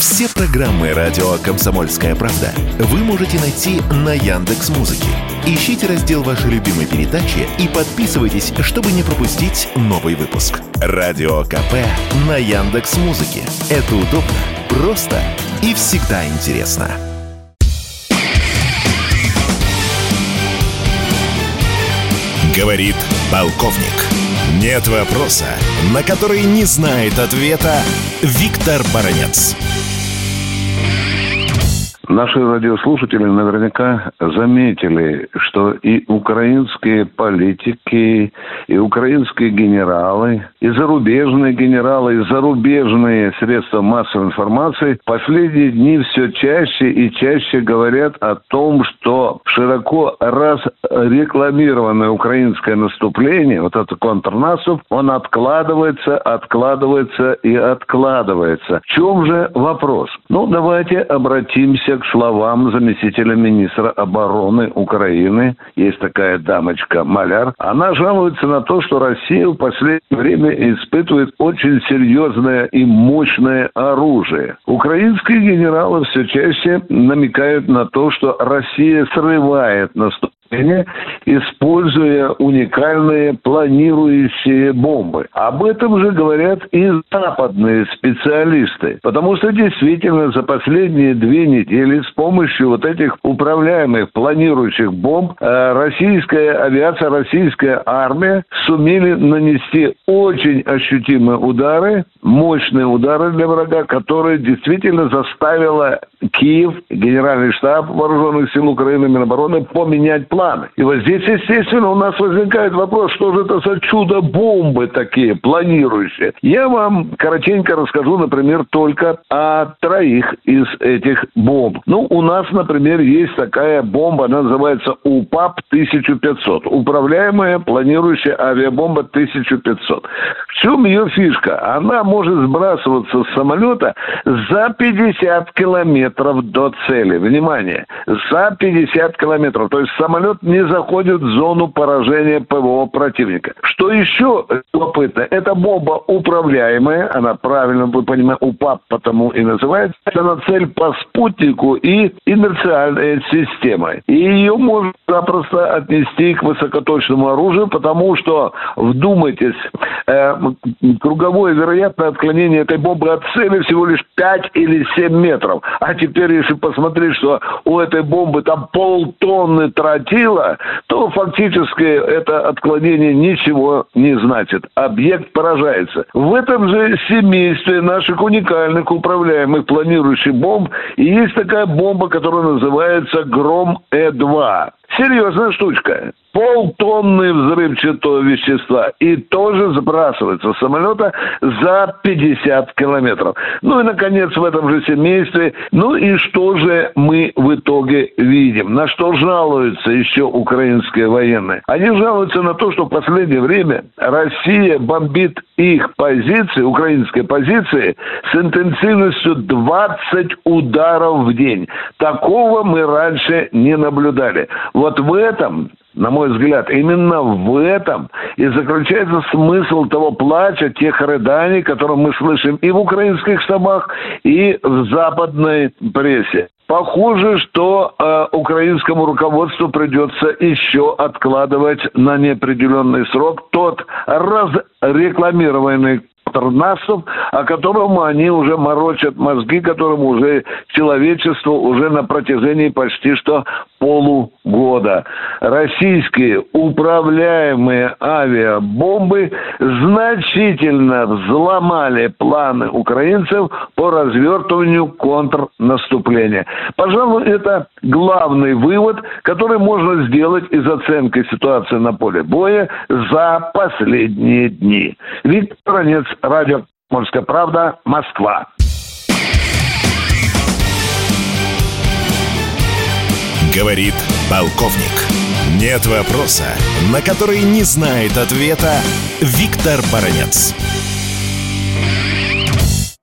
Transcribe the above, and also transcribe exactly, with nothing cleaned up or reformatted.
Все программы радио «Комсомольская правда» вы можете найти на Яндекс.Музыке. Ищите раздел вашей любимой передачи и подписывайтесь, чтобы не пропустить новый выпуск. Радио КП на Яндекс.Музыке. Это удобно, просто и всегда интересно. Говорит полковник. Нет вопроса, на который не знает ответа Виктор Баранец. Наши радиослушатели наверняка заметили, что и украинские политики, и украинские генералы, и зарубежные генералы, и зарубежные средства массовой информации в последние дни все чаще и чаще говорят о том, что широко разрекламированное украинское наступление, вот этот контрнаступ, он откладывается, откладывается и откладывается. В чем же вопрос? Ну, давайте обратимся к словам заместителя министра обороны Украины. Есть такая дамочка Маляр. Она жалуется на то, что Россия в последнее время испытывает очень серьезное и мощное оружие. Украинские генералы все чаще намекают на то, что Россия срывает наступление, используя уникальные планирующие бомбы. Об этом же говорят и западные специалисты. Потому что действительно за последние две недели с помощью вот этих управляемых планирующих бомб э, российская авиация, российская армия сумели нанести очень ощутимые удары, мощные удары для врага, которые действительно заставила Киев, Генеральный штаб Вооруженных сил Украины, Минобороны поменять планы. И вот здесь, естественно, у нас возникает вопрос, что же это за чудо-бомбы такие планирующие. Я вам коротенько расскажу, например, только о троих из этих бомб. Ну, у нас, например, есть такая бомба, она называется УПАП тысяча пятьсот. Управляемая планирующая авиабомба тысяча пятьсот. В чем ее фишка? Она может сбрасываться с самолета за пятьдесят километров до цели. Внимание! За пятьдесят километров. То есть самолет не заходит в зону поражения ПВО противника. Что еще любопытно? Эта бомба управляемая. Она, правильно вы понимаете, УПАП потому и называется. Она цель по спутнику и инерциальной системой. И ее можно запросто отнести к высокоточному оружию, потому что, вдумайтесь, э, круговое вероятное отклонение этой бомбы от цели всего лишь пять или семь метров. А теперь, если посмотреть, что у этой бомбы там полтонны тротила, то фактически это отклонение ничего не значит. Объект поражается. В этом же семействе наших уникальных управляемых планирующих бомб и есть такая бомба, которая называется Гром-Э два. Серьезная штучка. Полтонны взрывчатого вещества. И тоже сбрасывается с самолета за пятьдесят километров. Ну и, наконец, в этом же семействе. Ну и что же мы в итоге видим? На что жалуются еще украинские военные? Они жалуются на то, что в последнее время Россия бомбит их позиции, украинские позиции, с интенсивностью двадцать ударов в день. Такого мы раньше не наблюдали. Вот в этом, на мой взгляд, именно в этом и заключается смысл того плача, тех рыданий, которые мы слышим и в украинских штабах, и в западной прессе. Похоже, что э, украинскому руководству придется еще откладывать на неопределенный срок тот разрекламированный наступ, о котором они уже морочат мозги, которому уже человечеству уже на протяжении почти что полугода. Российские управляемые авиабомбы значительно взломали планы украинцев по развертыванию контрнаступления. Пожалуй, это главный вывод, который можно сделать из оценки ситуации на поле боя за последние дни. Виктор Баранец, радио «Комсомольская правда», Москва. Говорит полковник. Нет вопроса, на который не знает ответа Виктор Баранец.